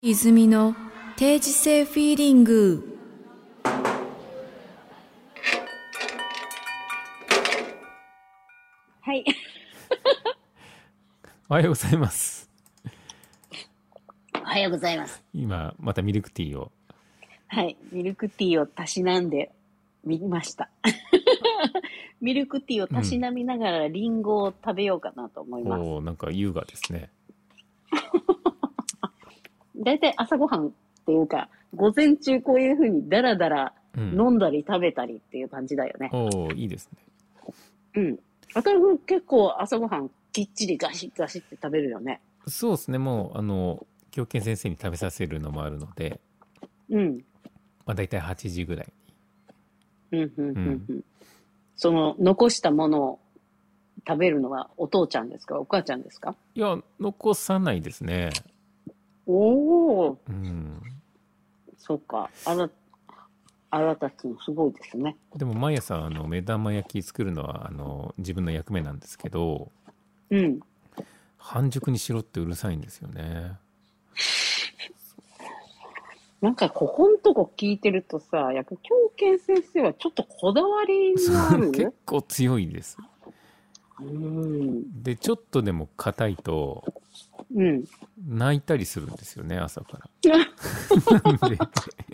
泉の定時性フィーリング。 はい。 おはようございます。 おはようございます。 今またミルクティーを。 はい。ミルクティーをたしなんでみました。ミルクティーをたしなみながらリンゴを食べようかなと思います。 なんか優雅ですね。 だいたい朝ごはんっていうか、午前中こういう風にダラダラ飲んだり食べたりっていう感じだよね。 いいですね。 うん。私も結構朝ごはんきっちりガシッガシッって食べるよね。 そうですね。もう狂犬先生に食べさせるのもあるので、 うん。 まあだいたい8時ぐらいに。その残したものを食べるのはお父ちゃんですか、お母ちゃんですか？ いや、残さないですね。 おお。 うん。 そうか。あなたたちもすごいですね。 でも毎朝目玉焼き作るのは自分の役目なんですけど、 うん。 半熟にしろってうるさいんですよね。 なんかここんとこ聞いてるとさ、やっぱ狂犬先生はちょっとこだわりがある？ 結構強いです。 うん。 でちょっとでも硬いとうん。 泣いたりするんですよね、朝からで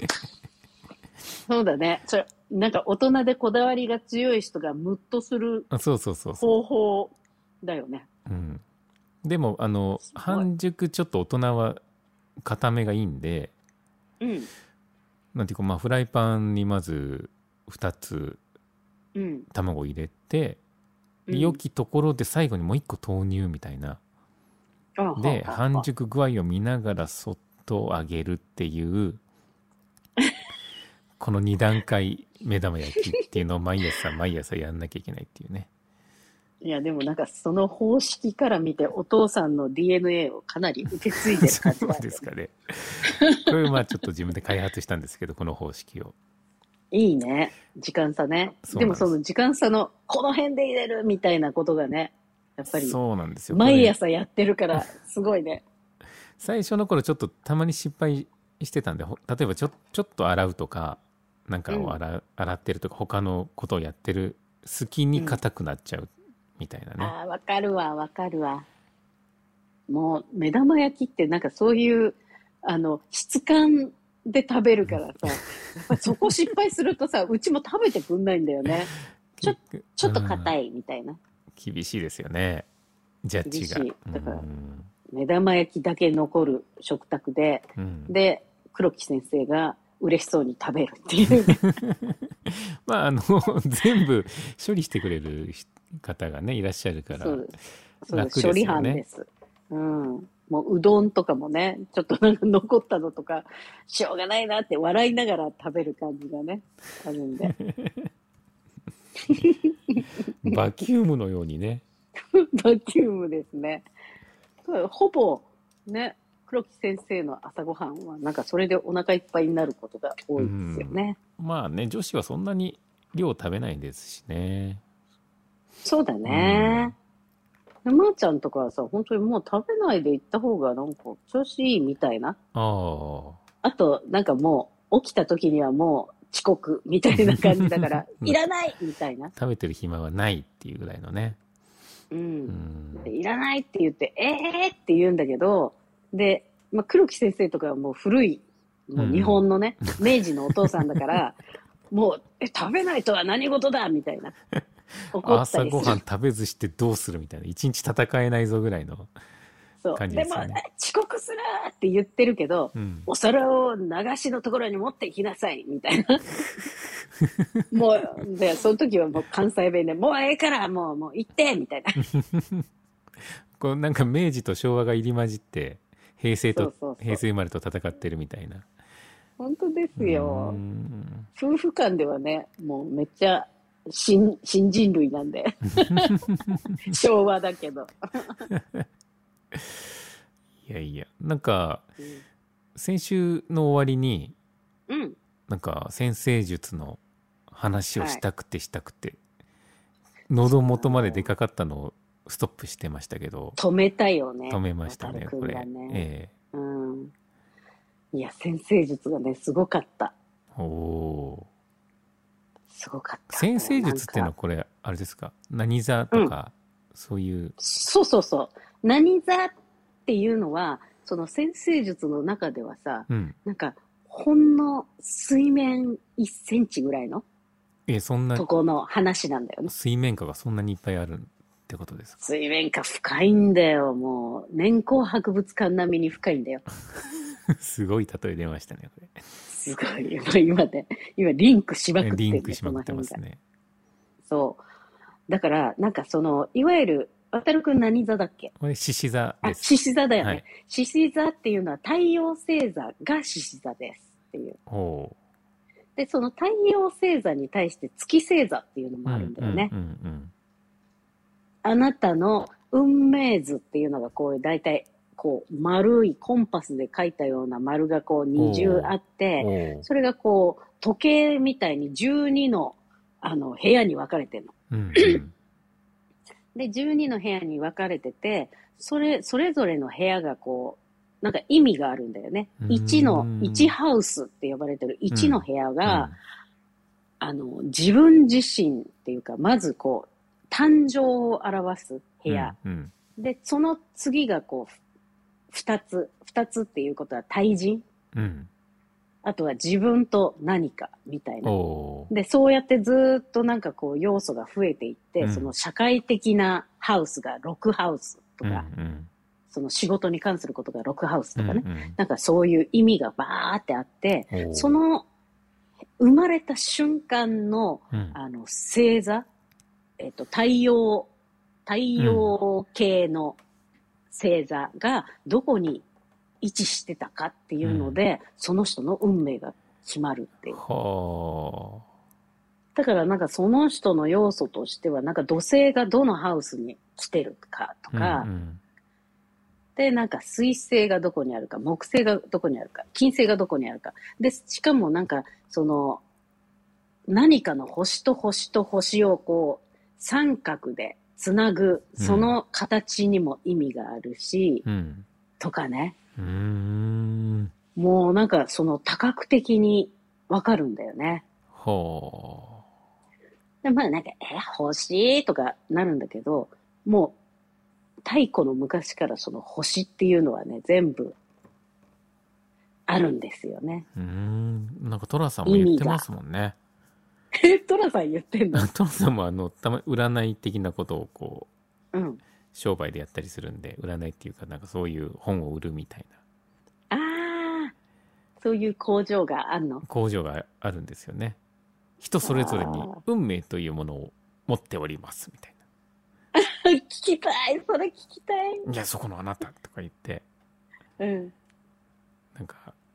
そうだね。なんか大人でこだわりが強い人がムッとするそう方法だよね。 うん。でも半熟ちょっと大人は硬めがいいんで、 うん。 なんていうか、まあフライパンにまず2つ卵入れて、良きところで最後にもう1個投入みたいな、で半熟具合を見ながらそっと揚げるっていうこの2段階目玉焼きっていうのを毎朝やんなきゃいけないっていうね。 いや、でもなんかその方式から見てお父さんの DNA をかなり受け継いでる感じが、ね、 そうですかね。これまあちょっと自分で開発したんですけど、この方式を。 いいね。時間差ね。でもその時間差のこの辺で入れるみたいなことがね、やっぱりそうなんですよ。 毎朝やってるからすごいね。 最初の頃ちょっとたまに失敗してたんで、例えばちょっと洗うとか、なんかを洗ってるとか、他のことをやってる隙に硬くなっちゃうみたいなね。 ああ、わかるわ。もう目玉焼きってなんかそういう質感で食べるからさ、やっぱそこ失敗するとさ、うちも食べてくんないんだよね。ちょっと硬いみたいな。 厳しいですよね、ジャッジが。 だから目玉焼きだけ残る食卓で、で黒木先生が嬉しそうに食べるっていうまあ全部処理してくれる方がねいらっしゃるから楽ですよね。 処理班です。もううどんとかもね、ちょっとなんか残ったのとかしょうがないなって笑いながら食べる感じがねあるんでバキュームのようにねバキュームですね。ほぼね、黒木先生の朝ごはんはなんかそれでお腹いっぱいになることが多いですよね。 まあね、女子はそんなに量食べないですしね。 そうだね。まーちゃんとかはさ、本当にもう食べないで行った方がなんか調子いいみたいな。あとなんかもう起きた時にはもう遅刻みたいな感じだからいらないみたいな。 食べてる暇はないっていうぐらいのね。 いらないって言ってって言うんだけど、で、黒木先生とかはもう古い、もう日本のね、明治のお父さんだからもう食べないとは何事だみたいな。 朝ごはん食べずしてどうするみたいな、一日戦えないぞぐらいの感じですよね。 でも遅刻するって言ってるけど、お皿を流しのところに持っていきなさいみたいなもうでその時はもう関西弁でもうええからもう行ってみたいなこうなんか明治と昭和が入り混じって平成生まれと戦ってるみたいな。 本当ですよ。夫婦間ではね、もうめっちゃ新人類なんで昭和だけどいやなんか、先週の終わりに、なんか先生術の話をしたくて、喉元まで出かかったのをストップしてましたけど、 止めたよね。 止めましたねこれ。 いや、占星術がね、すごかった。すごかった。 占星術っていうのはこれ、あれですか、何座とか、そういう。 そうそうそう。何座っていうのは、その占星術の中ではさ、なんか、ほんの水面1センチぐらいのそんなとこの話なんだよね。 水面下がそんなにいっぱいあるってことですか？ 水面下深いんだよ。もう、年功博物館並みに深いんだよ。 すごい例え出ましたね、これ。 すごい。今リンクしまくってる、ね。 リンクしまくってますね。 そう。だから、なんかその、いわゆる、渡るくん何座だっけ？ これ獅子座です。 獅子座だよね。獅子座っていうのは太陽星座が獅子座ですっていう。で、その太陽星座に対して月星座っていうのもあるんだよね。あなたの運命図っていうのがこう、だいたいこう、丸いコンパスで書いたような丸がこう二重あって、それがこう、時計みたいに12の、部屋に分かれてるの。で、12の部屋に分かれてて、それぞれの部屋がこう、なんか意味があるんだよね。1ハウスって呼ばれてる1の部屋が、自分自身っていうか、まずこう、誕生を表す部屋。で、その次がこう、2つっていうことは対人。あとは自分と何かみたいな。で、そうやってずっとなんかこう要素が増えていって、その社会的なハウスが6ハウスとか、その仕事に関することが6ハウスとかね。なんかそういう意味がバーってあって、その生まれた瞬間の、星座、太陽系の星座がどこに位置してたかっていうので、その人の運命が決まるっていう。だからなんかその人の要素としては、なんか土星がどのハウスに来てるかとか、で、なんか水星がどこにあるか、木星がどこにあるか、金星がどこにあるか。で、しかもなんか、その、何かの星と星と星をこう、三角でつなぐ、その形にも意味があるし、とかね。もうなんかその多角的にわかるんだよね。でまあなんか、星とかなるんだけど、もう太古の昔からその星っていうのはね、全部あるんですよね。 なんかトラさんも言ってますもんね。 トラさん言ってんの？ トラさんもたま占い的なことをこう、商売でやったりするんで、占いっていうかなんかそういう本を売るみたいな。 そういう工場があるの？ 工場があるんですよね。人それぞれに運命というものを持っておりますみたいな。聞きたい、それ聞きたい。 いや、そこのあなたとか言って、なんか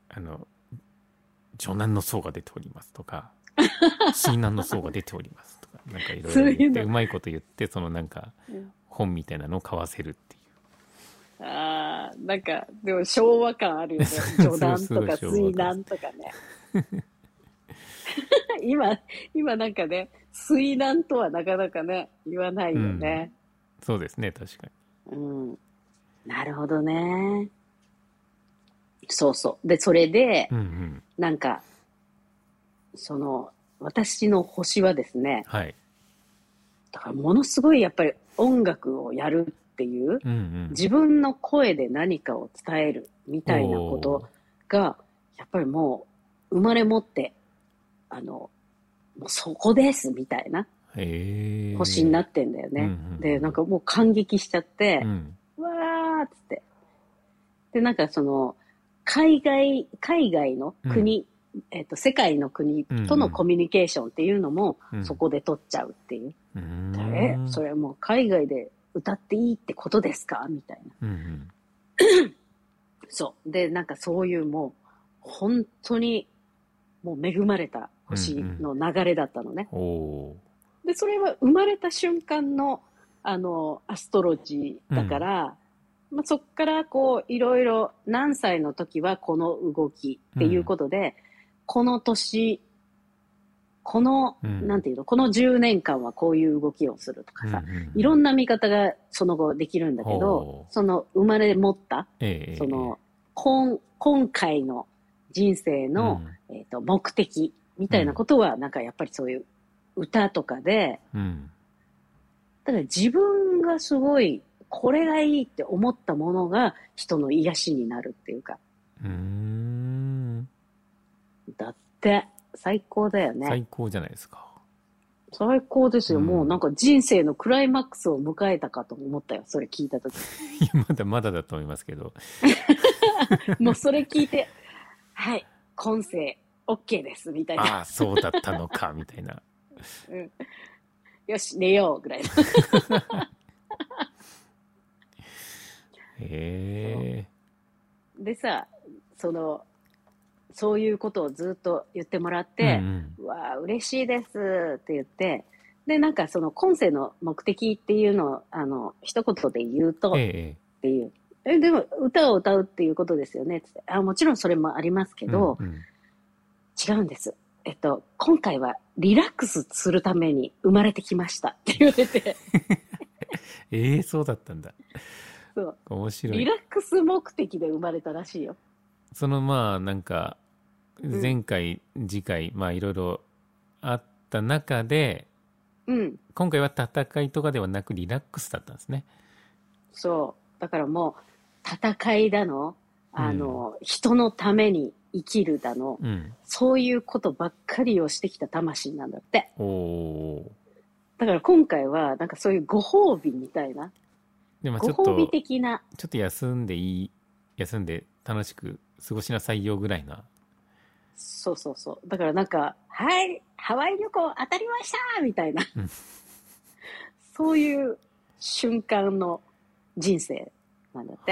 女難の層が出ておりますとか、水難の層が出ておりますとか、なんかいろいろ言ってうまいこと言って、そのなんか本みたいなのを買わせるっていう。 なんかでも昭和感あるよね。女難とか水難とかね。今なんかね、水難とはなかなかね、言わないよね。 そうですね、確かに。なるほどね。そうそう。で、それで、なんか、その、私の星はですね、だからものすごいやっぱり音楽をやるっていう、自分の声で何かを伝えるみたいなことが、やっぱりもう生まれ持って、もうそこですみたいな星になってんだよね。で、なんかもう感激しちゃって、わーっつって。で、なんかその、海外の国、世界の国とのコミュニケーションっていうのも、そこで取っちゃうっていう。それもう海外で歌っていいってことですかみたいな。そう。で、なんかそういうもう、本当に、もう恵まれた星の流れだったのね。で、それは生まれた瞬間の、アストロジーだから、そっからこう、いろいろ何歳の時はこの動きっていうことで、この年、なんていうの、この10年間はこういう動きをするとかさ、いろんな見方がその後できるんだけど、その生まれ持った、その、今回の人生の、目的みたいなことは、なんかやっぱりそういう歌とかで、だから自分がすごい、これがいいって思ったものが人の癒しになるっていうか。だって、最高だよね。 最高じゃないですか。 最高ですよ。もうなんか人生のクライマックスを迎えたかと思ったよ。それ聞いたとき。 いや、まだまだだと思いますけど。 もうそれ聞いて、はい、今世 OK です、みたいな。 ああ、そうだったのか、みたいな。 よし、寝よう、ぐらいな。 へえ。 でさ、そういうことをずっと言ってもらって、うわあ、嬉しいですって言って、で、なんかその今世の目的っていうのを、一言で言うと、っていう。でも歌を歌うっていうことですよねって。もちろんそれもありますけど、違うんです。今回はリラックスするために生まれてきましたって言われて。 そうだったんだ。 そう。 面白い。 リラックス目的で生まれたらしいよ。 まあなんか、前回、次回、まあいろいろあった中で、今回は戦いとかではなくリラックスだったんですね。 そう。だからもう、戦いだの、人のために生きるだの、そういうことばっかりをしてきた魂なんだって。だから今回は、なんかそういうご褒美みたいな、 でもご褒美的な。 ちょっと休んで楽しく過ごしなさいよぐらいな。 そうそうそう。だからなんか、はい、ハワイ旅行当たりましたみたいな。そういう瞬間の人生なんだって。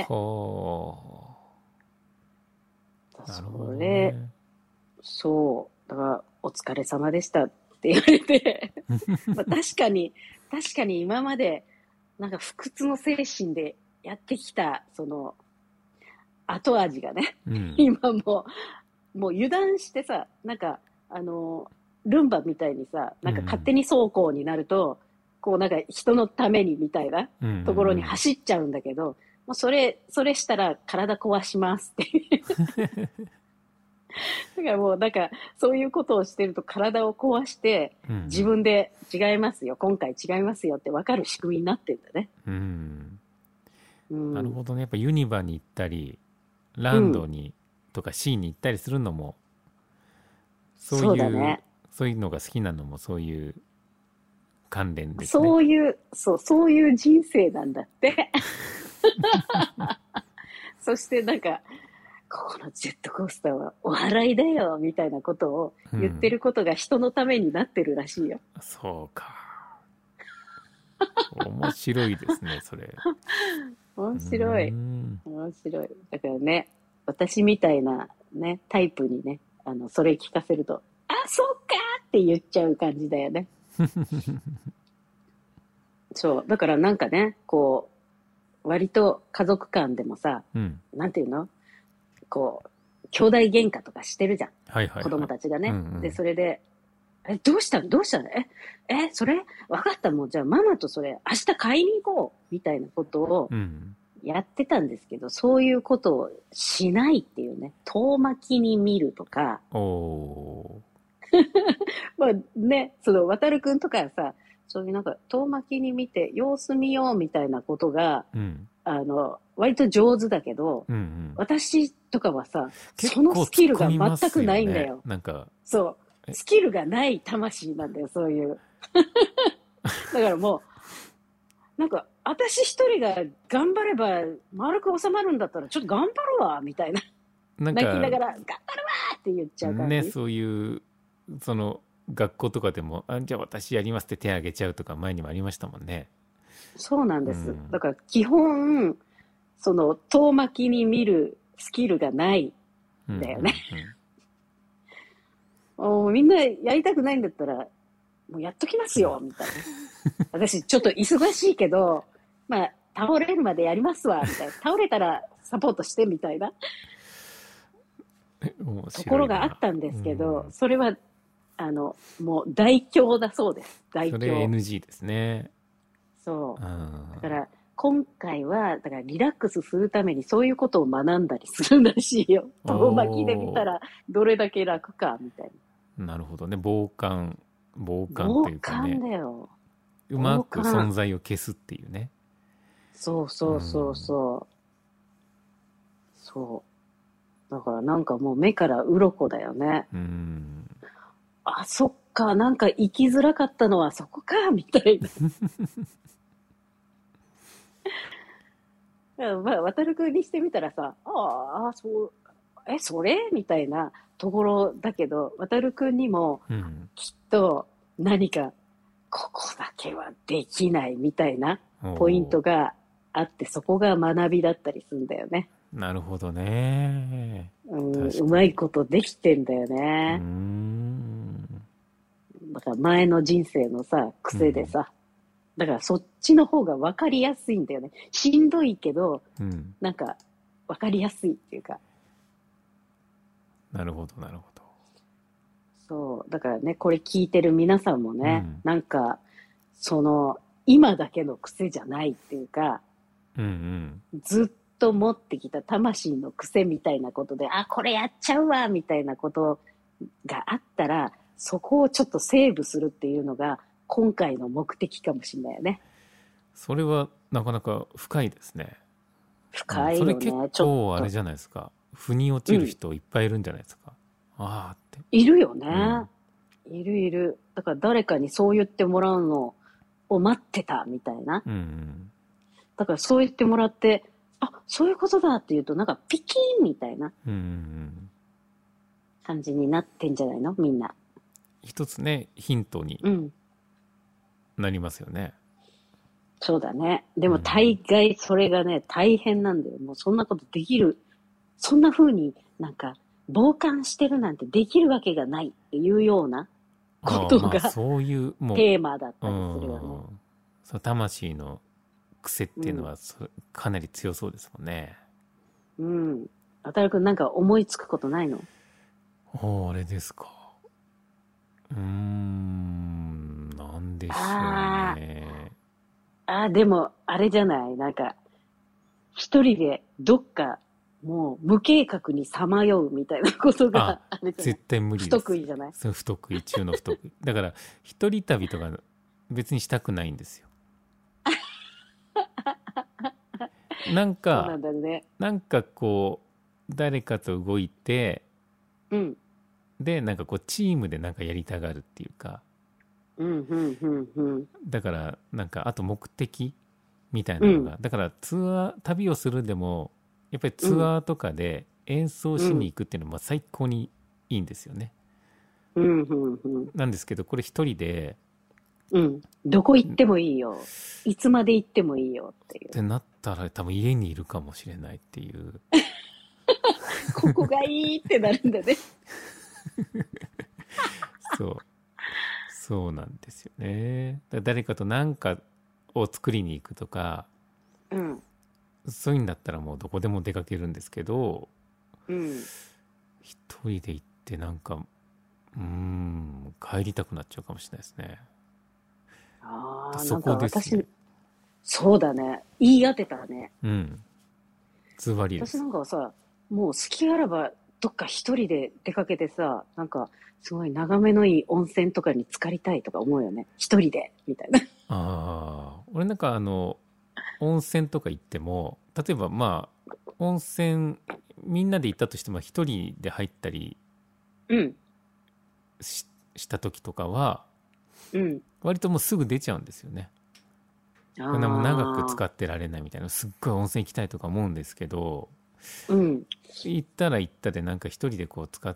なるほどね。 そう。だから、お疲れ様でしたって言われて、まあ、確かに今まで、なんか不屈の精神でやってきた、後味がね、今もう油断してさ、なんか、ルンバみたいにさ、なんか勝手に走行になると、こうなんか人のためにみたいなところに走っちゃうんだけど、もうそれしたら体壊しますってだからもうなんかそういうことをしてると体を壊して自分で違いますよ、今回違いますよって分かる仕組みになってんだね。 なるほどね。やっぱユニバに行ったりランドに、とかシーに行ったりするのもそういうのが好きなのもそういう関連ですね。 そういう人生なんだってそしてなんかここのジェットコースターはお笑いだよみたいなことを言ってることが人のためになってるらしいよ。 そうか。面白いですね、それ。 面白い。面白い。だからね、私みたいなね、タイプにね、それ聞かせると、あ、そうかって言っちゃう感じだよね。そう。だからなんかね、こう、割と家族間でもさ、なんていうの？こう、兄弟喧嘩とかしてるじゃん。子供たちがね。で、それで、どうしたのそれ分かった、もうじゃあママとそれ明日買いに行こうみたいなことをやってたんですけど、そういうことをしないっていうね。遠巻きに見るとか。まあね、渡るくんとかさ、そういうなんか遠巻きに見て様子見ようみたいなことが、割と上手だけど、私とかはさ、そのスキルが全くないんだよ。 なんかそう。スキルがない魂なんだよ、そういう。だからもう、なんか、私一人が頑張れば丸く収まるんだったら、ちょっと頑張るわ、みたいな。泣きながら、頑張るわって言っちゃう感じ。 ね、そういう、学校とかでも、じゃあ私やりますって手挙げちゃうとか前にもありましたもんね。そうなんです。だから基本、遠巻きに見るスキルがないんだよね。みんなやりたくないんだったら、もうやっときますよ、みたいな。私、ちょっと忙しいけど、まあ、倒れるまでやりますわ、みたいな。倒れたらサポートして、みたいな。ところがあったんですけど、それは、もう、大凶だそうです。大凶。 それ NG ですね。 そう。だから、 今回は、だからリラックスするためにそういうことを学んだりするらしいよ。遠巻きで見たらどれだけ楽か、みたいな。なるほどね。傍観っていうかね。 傍観だよ。 うまく存在を消すっていうね。 そう。そう。だからなんかもう目から鱗だよね。あ、そっか、なんか生きづらかったのはそこか、みたいな。まあ、渡るくんにしてみたらさ、それみたいなところだけど、渡るくんにも、きっと何か、ここだけはできないみたいなポイントがあって、そこが学びだったりするんだよね。 なるほどね。 うまいことできてんだよね。だから前の人生のさ、癖でさ、だからそっちの方が分かりやすいんだよね。しんどいけど、なんか分かりやすいっていうか。 なるほど。 そう。だからね、これ聞いてる皆さんもね、なんか、今だけの癖じゃないっていうか、ずっと持ってきた魂の癖みたいなことで、これやっちゃうわみたいなことがあったら、そこをちょっとセーブするっていうのが今回の目的かもしれないよね。 それはなかなか深いですね。 深いよね。 それ結構あれじゃないですか。腑に落ちる人いっぱいいるんじゃないですか。って。 いるよね。いる。だから誰かにそう言ってもらうのを待ってたみたいな。だからそう言ってもらって、そういうことだって言うとなんかピキーンみたいな感じになってんじゃないのみんな。 一つね、ヒントになりますよね。 そうだね。でも大概それがね、大変なんだよ。もうそんなことできる。そんな風になんか傍観してるなんてできるわけがないっていうようなことが、 そういうもうテーマだったりするよね。 その魂の癖っていうのはかなり強そうですもんね。 あたるくんなんか思いつくことないの？ あれですか。なんでしょうね。 でも、あれじゃないなんか、一人でどっか、もう無計画にさまようみたいなことがあれじゃない？ 絶対無理です。 不得意じゃない？ 不得意中の不得意。だから、一人旅とか別にしたくないんですよ。なんか、 そうなんだね。 なんかこう、誰かと動いて、で、なんかこう、チームでなんかやりたがるっていうか、だからなんかあと目的みたいなのが、だから旅をするでもやっぱりツアーとかで演奏しに行くっていうのは最高にいいんですよね。なんですけどこれ一人で、 どこ行ってもいいよ、いつまで行ってもいいよっていうってなったら多分家にいるかもしれないっていうここがいいってなるんだねそうなんですよね。誰かと何かを作りに行くとか、そういうんだったらもうどこでも出かけるんですけど、一人で行ってなんか帰りたくなっちゃうかもしれないですね。そこですね。 そうだね。言い当てたね。 ズバリです。 私なんかさ、もう好きあらばどっか一人で出かけてさ、なんかすごい眺めのいい温泉とかに浸かりたいとか思うよね。一人でみたいな。 俺なんか温泉とか行っても、例えば温泉みんなで行ったとしても一人で入ったりした時とかは、割ともうすぐ出ちゃうんですよね。もう長く使ってられないみたいな、すっごい温泉行きたいとか思うんですけど、行ったら行ったでなんか一人でこう使って、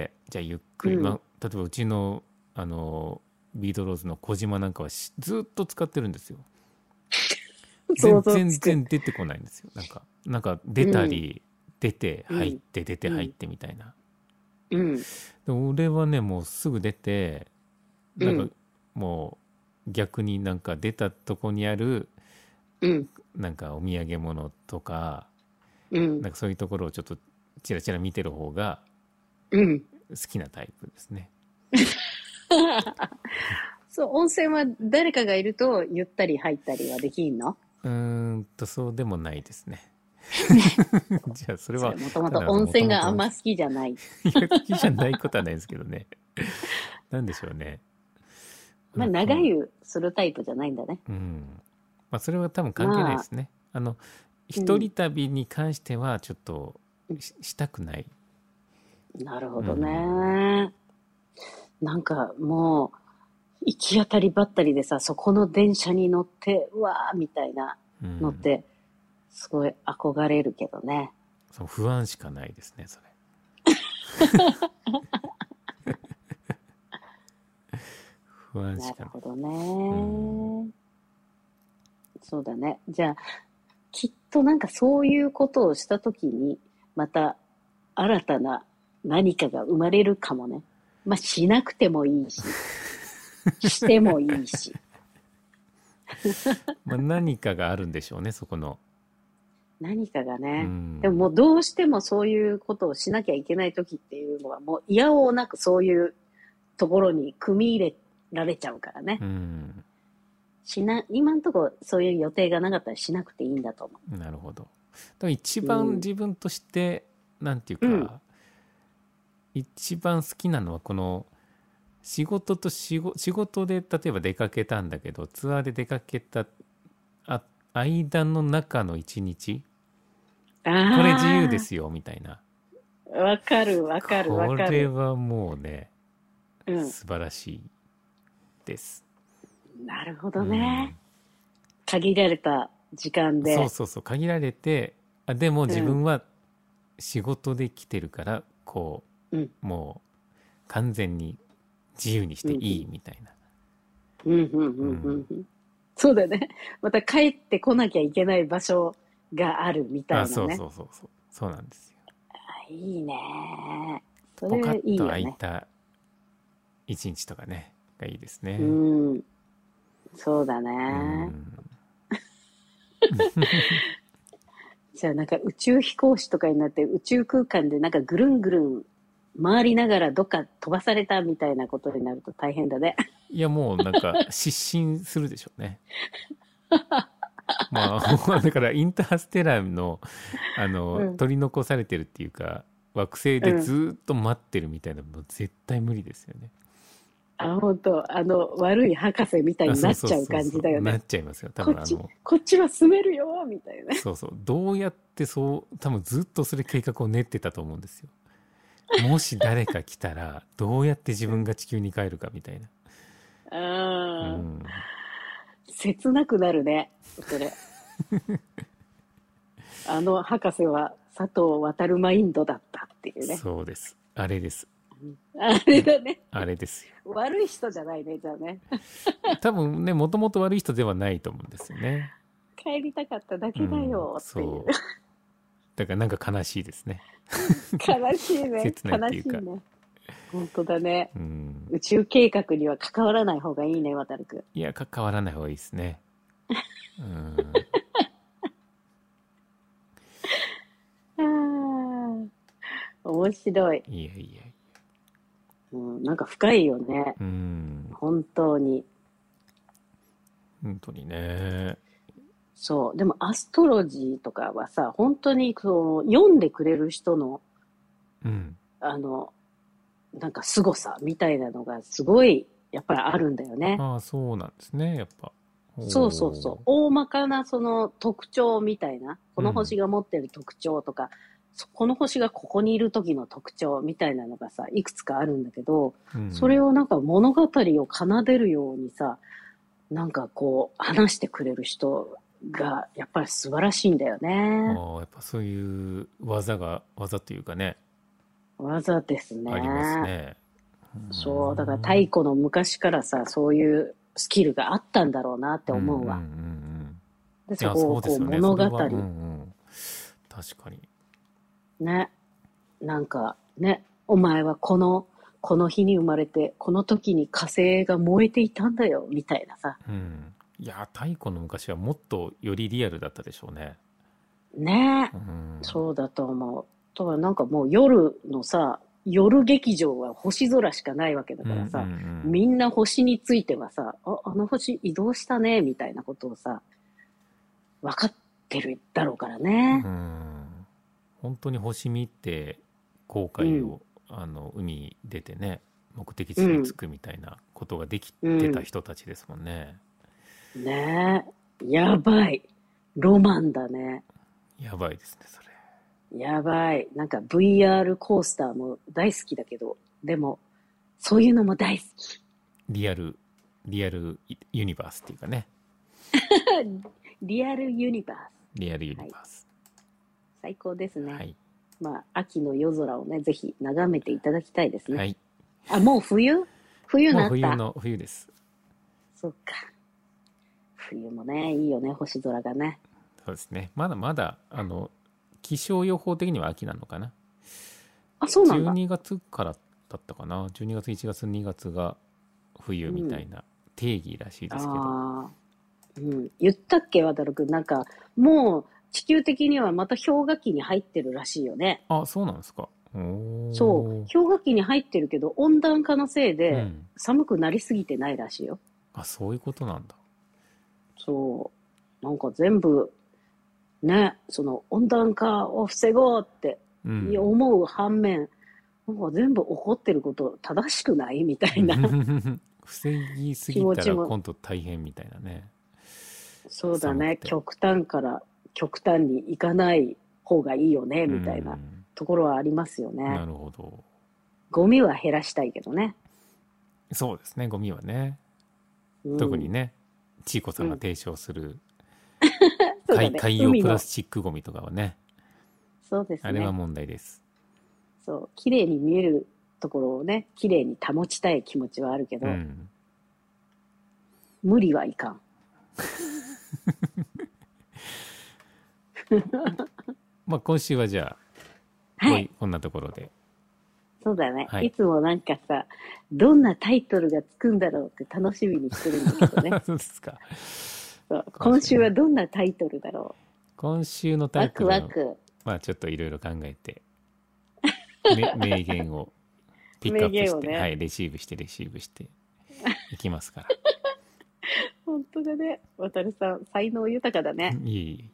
じゃあゆっくり、例えばうちのビートローズの小島なんかはずっと使ってるんですよ。全然出てこないんですよ。なんか出たり、出て入って出て入ってみたいな。で俺はねもうすぐ出て、なんかもう逆になんか出たとこにある、なんかお土産物とか、なんかそういうところをちょっとチラチラ見てる方が好きなタイプですね。 そう、温泉は誰かがいるとゆったり入ったりはできんの？ そうでもないですね。じゃあそれはもともと温泉があんま好きじゃない。 いや好きじゃないことはないですけどね。なんでしょうね。 まあ長湯するタイプじゃないんだね。 まあそれは多分関係ないですね。一人旅に関してはちょっとしたくない。 なるほどね。なんかもう行き当たりばったりでさ、そこの電車に乗ってうわーみたいなのって、すごい憧れるけどね。 そう不安しかないですね、それ。不安しかない。 なるほどね。そうだね。じゃあ、きっとなんかそういうことをしたときに、また新たな何かが生まれるかもね。まあ、しなくてもいいし、してもいいし。 まあ何かがあるんでしょうね、そこの。 何かがね。でももうどうしてもそういうことをしなきゃいけない時っていうのはもう嫌をなくそういうところに組み入れられちゃうからね。今のところそういう予定がなかったらしなくていいんだと思う。 なるほど。でも一番自分として、なんていうか、一番好きなのはこの仕事で例えば出かけたんだけど、ツアーで出かけた間の中の一日、これ自由ですよみたいな。 わかる。 これはもうね、素晴らしいです。 なるほどね。限られた時間で。 そう限られて、でも自分は仕事で来てるからこう、もう完全に自由にしていいみたいな。 そうだね。また帰ってこなきゃいけない場所があるみたいなね。 そうなんですよ。 いいね。 それいいよね。ポカッと空いた一日とかねがいいですね。 そうだね。じゃあなんか宇宙飛行士とかになって宇宙空間でなんかぐるんぐるん回りながらどっか飛ばされたみたいなことになると大変だね。 いやもうなんか失神するでしょうね。まあだからインターステラーの取り残されてるっていうか惑星でずっと待ってるみたいなの絶対無理ですよね。 本当悪い博士みたいになっちゃう感じだよね。 なっちゃいますよ。多分こっちは住めるよみたいな。 どうやって多分ずっとそれ計画を練ってたと思うんですよ。もし誰か来たらどうやって自分が地球に帰るかみたいな。 切なくなるねそれ。博士は佐藤航マインドだったっていうね。 そうです。あれです。 あれだね。 あれですよ。 悪い人じゃないねじゃあね。 多分ねもともと悪い人ではないと思うんですよね。 帰りたかっただけだよっていう。 だからなんか悲しいですね。 悲しいね。 切ないっていうか。 悲しいね。本当だね。宇宙計画には関わらない方がいいね、渡るくん。 いや、関わらない方がいいですね。 面白い。 いや。 なんか深いよね。本当に。 本当にね。 そう。でもアストロジーとかはさ、本当に読んでくれる人の、なんか凄さみたいなのがすごいやっぱりあるんだよね。 そうなんですね、やっぱ。 そう。大まかなその特徴みたいな、この星が持ってる特徴とか、この星がここにいる時の特徴みたいなのがさ、いくつかあるんだけど、それをなんか物語を奏でるようにさ、なんかこう話してくれる人がやっぱり素晴らしいんだよね。 やっぱそういう技というかね。 技ですね。 ありますね。 そう、だから太古の昔からさ、そういうスキルがあったんだろうなって思うわ。で、そこをこう物語。確かに。 ね。なんかね、お前はこの日に生まれて、この時に火星が燃えていたんだよ、みたいなさ。 いや、太古の昔はもっとよりリアルだったでしょうね。 ねえ。そうだと思う。とはなんかもう夜のさ、夜劇場は星空しかないわけだからさ、みんな星についてはさ、あの星移動したね、みたいなことをさ、 分かってるだろうからね。 本当に星見て航海を、海に出てね、目的地に着くみたいなことができてた人たちですもんね。 ねえ、やばい。ロマンだね。 やばいですね、それ。 やばい。なんか VR コースターも大好きだけど、でも、そういうのも大好き。 リアルユニバースっていうかね。 リアルユニバース。 リアルユニバース。 最高ですね。 はい。 まあ、秋の夜空をね、ぜひ眺めていただきたいですね。 はい。 あ、もう冬なった。 もう冬です。 そっか。冬もね、いいよね、星空がね。 そうですね。まだまだ、気象予報的には秋なのかな。 あ、そうなんだ。 12月からだったかな。12月、1月、2月が冬みたいな定義らしいですけど。 言ったっけ、渡るくん。なんか、もう、地球的にはまた氷河期に入ってるらしいよね。 あ、そうなんですか。 そう。氷河期に入ってるけど、温暖化のせいで寒くなりすぎてないらしいよ。 あ、そういうことなんだ。 そう。なんか全部、ね、その温暖化を防ごうって思う反面、なんか全部起こってること正しくないみたいな。 防ぎすぎたら今度大変みたいなね。 そうだね。極端から極端にいかない方がいいよねみたいなところはありますよね。 なるほど。 ゴミは減らしたいけどね。 そうですね、ゴミはね。特にね、ちいこさんが提唱する、海洋プラスチックゴミとかはね。 そうですね。 あれは問題です。 そう、綺麗に見えるところをね、綺麗に保ちたい気持ちはあるけど、無理はいかん。 まあ今週はじゃあ、はい、こんなところで。 そうだね、はい。いつもなんかさ、どんなタイトルがつくんだろうって楽しみにしてるんだけどね。 そうですか。 そう、今週はどんなタイトルだろう。 今週のタイトルは、 ワクワク。 まあちょっといろいろ考えて、名言をピックアップして、ね、はい、レシーブしていきますから。 本当だね。渡るさん、才能豊かだね。 い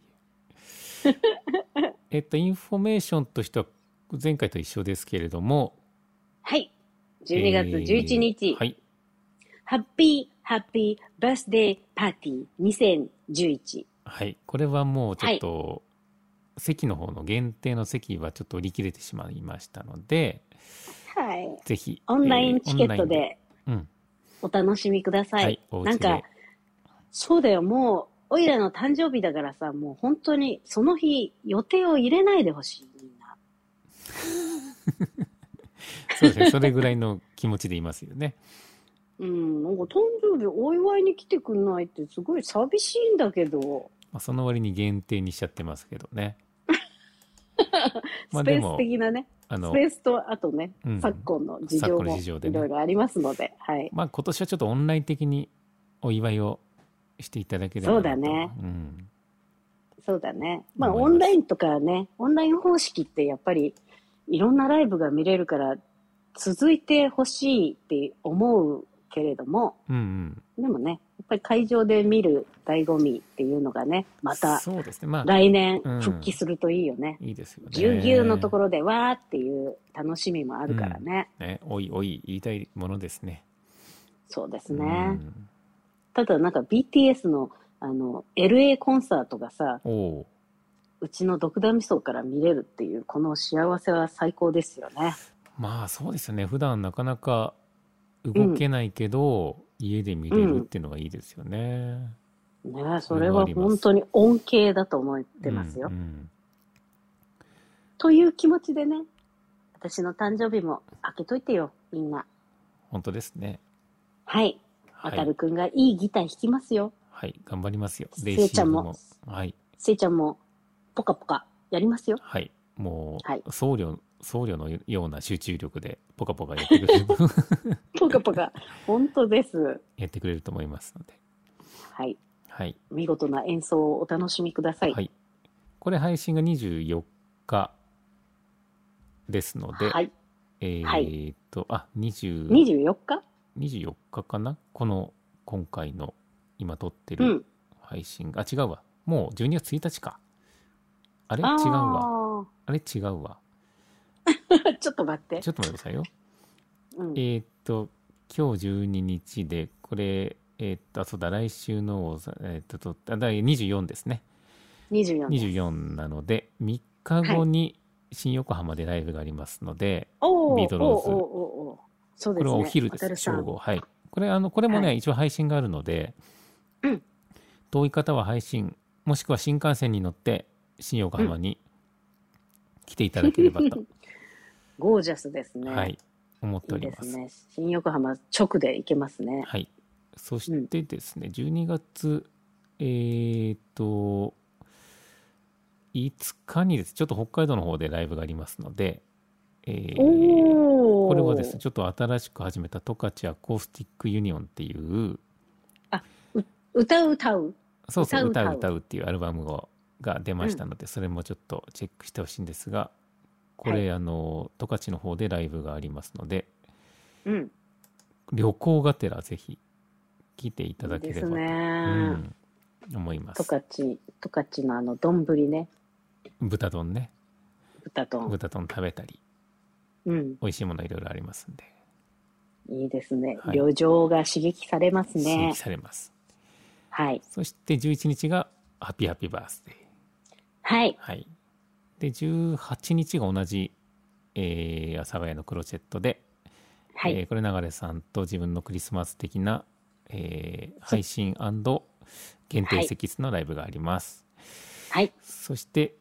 え。インフォメーションとしては前回と一緒ですけれども、 はい。12月11日。 はい。 ハッピーバースデーパーティー2011。 はい。これはもうちょっと、席の方の限定の席はちょっと売り切れてしまいましたので、 はい。 ぜひ。 オンラインチケットで、お楽しみください。はい、なんか、そうだよ、もう、おいらの誕生日だからさ、もう本当にその日予定を入れないでほしい、みんな。 そうですね、それぐらいの気持ちでいますよね。 なんか誕生日お祝いに来てくんないってすごい寂しいんだけど。 まあ、その割に限定にしちゃってますけどね。 スペース的なね。スペースと、あとね、昨今の事情もいろいろありますので。はい。 まあ今年はちょっとオンライン的にお祝いをしていただければなと。 そうだね。そうだね。まあオンラインとかね、オンライン方式ってやっぱりいろんなライブが見れるから続いてほしいって思うけれども、でもね、やっぱり会場で見る醍醐味っていうのがね、また来年復帰するといいよね。 いいですよね。 ぎゅうぎゅうのところでわーっていう楽しみもあるからね。 おいおい言いたいものですね。 そうですね。ただなんか BTS のLA コンサートがさ、うちのドクダミソから見れるっていうこの幸せは最高ですよね。 まあそうですよね。普段なかなか動けないけど、家で見れるっていうのがいいですよね。 ね、それは本当に恩恵だと思ってますよ。という気持ちでね、私の誕生日も開けといてよ、みんな。 本当ですね。 はい。渡るくんがいいギター弾きますよ。 はい、頑張りますよ。 せいちゃんも。 はい。 せいちゃんも、ポカポカやりますよ。 はい。もう、僧侶のような集中力でポカポカやってくれる。 ポカポカ。本当です。 やってくれると思いますので。 はい。 はい。 見事な演奏をお楽しみください。 はい。これ配信が24日ですので、 はい。 24日 ?24 日かな今回の今撮ってる配信が、違うわ。 もう12月1日か。あれ違うわ。あれ違うわ。 ちょっと待って。 ちょっと待ってくださいよ。うん、今日12日で、これ、そうだ、来週の、第24ですね。24なので、3日後に新横浜でライブがありますので、ビートローズ。 そうですね。 これはお昼です、正午。はい。これもね、一応配信があるので、遠い方は配信、もしくは新幹線に乗って、新横浜に来ていただければと。 ゴージャスですね。 はい。思っております。 いいですね。新横浜直で行けますね。 はい。そしてですね、12月、5日にですね、ちょっと北海道の方でライブがありますので、これはですね、ちょっと新しく始めた十勝アコースティックユニオンっていう、 歌うそうそう、歌うっていうアルバムが出ましたので、それもちょっとチェックしてほしいんですが、これ、十勝の方でライブがありますので、旅行がてらぜひ来ていただければと、思います。 十勝の丼ね。 豚丼ね。 豚丼食べたり、美味しいものいろいろありますんで。 いいですね。旅情が刺激されますね。 刺激されます。 はい。 そして11日がハッピーバースデー。 はい。 はい。で、18日が同じ、阿佐ヶ谷のクロチェットで、これ流さんと自分のクリスマス的な、配信&限定席数のライブがあります。 はい。 そして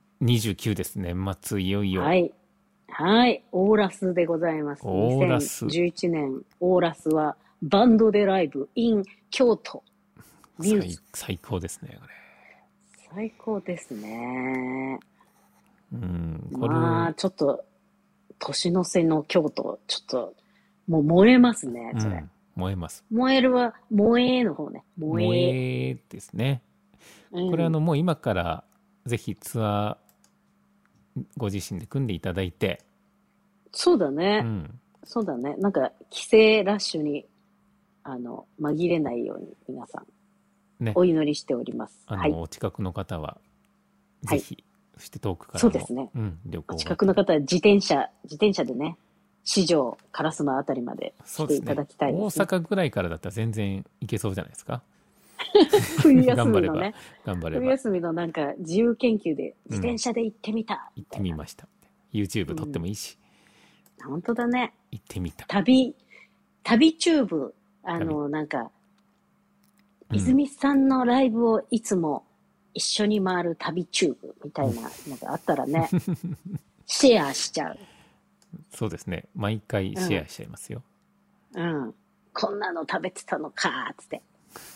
29ですね。年末いよいよ。 はい。はい。オーラスでございます。 オーラス。 2011年、オーラスはバンドでライブ in 京都。 最高ですね、これ。 最高ですね。 これまあ、ちょっと、年の瀬の京都、ちょっと、もう燃えますね、それ。 燃えます。 燃えるは、萌えの方ね。萌えですね。これもう今からぜひツアーご自身で組んでいただいて。 そうだね。そうだね。なんか、帰省ラッシュに、紛れないように皆さん、お祈りしております。 お近くの方は、ぜひ、そして遠くからも。 そうですね。 旅行。 近くの方は自転車でね、四条、烏丸あたりまで来ていただきたいですね。 大阪ぐらいからだったら全然行けそうじゃないですか。 冬休みのね。 頑張れば。 冬休みのなんか自由研究で自転車で行ってみた。 行ってみました。YouTube 撮ってもいいし。 本当だね。 行ってみた。 旅チューブ、なんか、泉さんのライブをいつも一緒に回る旅チューブみたいなのがあったらね、シェアしちゃう。 そうですね。毎回シェアしちゃいますよ。 こんなの食べてたのかーつって。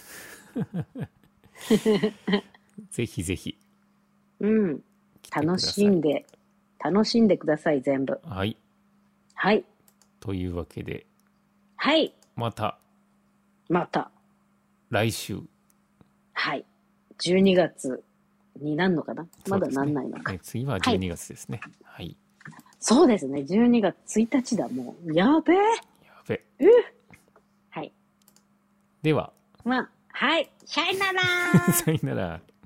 ぜひぜひ。 楽しんでください、全部。 はい。 はい。 というわけで。 はい。 また。来週。 はい。12月になんのかな、まだなんないのか。 次は12月ですね。はい。 そうですね。12月1日だ、もう。やべえ。はい。 では。 はい。さよなら。 さよなら。